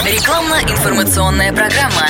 Рекламно-информационная программа.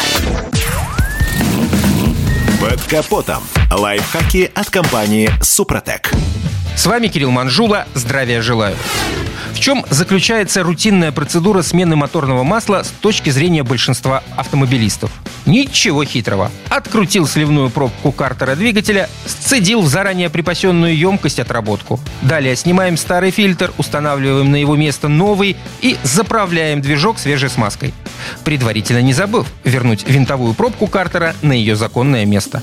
Под капотом. Лайфхаки от компании «Супротек». С вами Кирилл Манжула. Здравия желаю. В чем заключается рутинная процедура смены моторного масла с точки зрения большинства автомобилистов? Ничего хитрого. Открутил сливную пробку картера двигателя, сцедил в заранее припасенную емкость отработку. Далее снимаем старый фильтр, устанавливаем на его место новый и заправляем движок свежей смазкой. Предварительно не забыв вернуть винтовую пробку картера на ее законное место.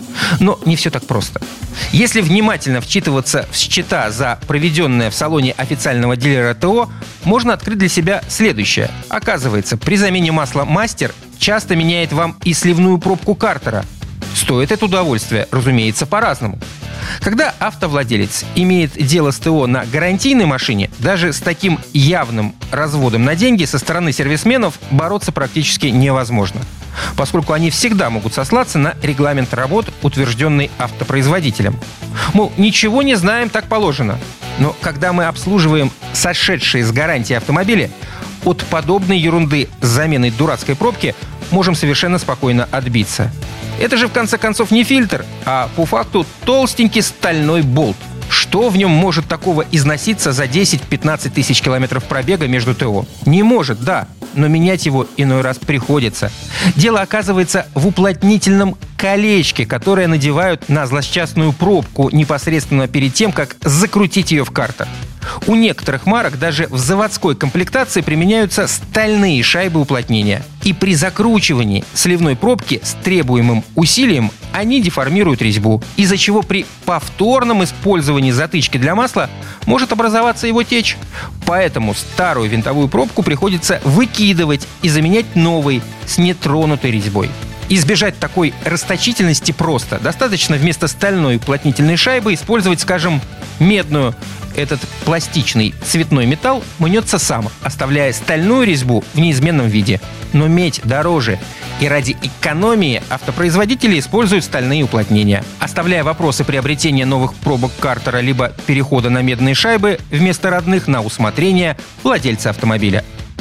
Но не все так просто. Если внимательно вчитываться в счета за проведенное в салоне официального дилера ТО, можно открыть для себя следующее. Оказывается, при замене масла «Мастер» часто меняет вам и сливную пробку картера. Стоит это удовольствие, разумеется, по-разному. Когда автовладелец имеет дело с ТО на гарантийной машине, даже с таким явным разводом на деньги со стороны сервисменов бороться практически невозможно, поскольку они всегда могут сослаться на регламент работ, утвержденный автопроизводителем. Мол, ничего не знаем, так положено. Но когда мы обслуживаем сошедшие с гарантии автомобили, от подобной ерунды с заменой дурацкой пробки можем совершенно спокойно отбиться. Это же, в конце концов, не фильтр, а по факту толстенький стальной болт. Что в нем может такого износиться за 10-15 тысяч километров пробега между ТО? Не может, да, но менять его иной раз приходится. Дело оказывается в уплотнительном колечке, которое надевают на злосчастную пробку непосредственно перед тем, как закрутить ее в картер. У некоторых марок даже в заводской комплектации применяются стальные шайбы уплотнения. И при закручивании сливной пробки с требуемым усилием они деформируют резьбу, из-за чего при повторном использовании затычки для масла может образоваться его течь. Поэтому старую винтовую пробку приходится выкидывать и заменять новой с нетронутой резьбой. Избежать такой расточительности просто. Достаточно вместо стальной уплотнительной шайбы использовать, скажем, медную. Этот пластичный цветной металл мнется сам, оставляя стальную резьбу в неизменном виде. Но медь дороже, и ради экономии автопроизводители используют стальные уплотнения, оставляя вопросы приобретения новых пробок картера либо перехода на медные шайбы вместо родных на усмотрение владельца автомобиля.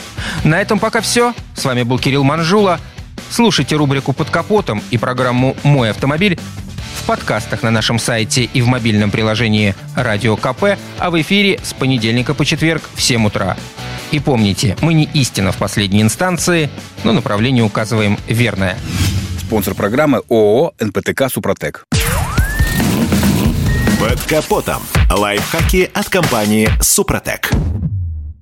На этом пока все. С вами был Кирилл Манжула. Слушайте рубрику «Под капотом» и программу «Мой автомобиль» в подкастах на нашем сайте и в мобильном приложении «Радио КП», а в эфире с понедельника по четверг в 7 утра. И помните, мы не истина в последней инстанции, но направление указываем верное. Спонсор программы ООО «НПТК Супротек». Под капотом. Лайфхаки от компании «Супротек».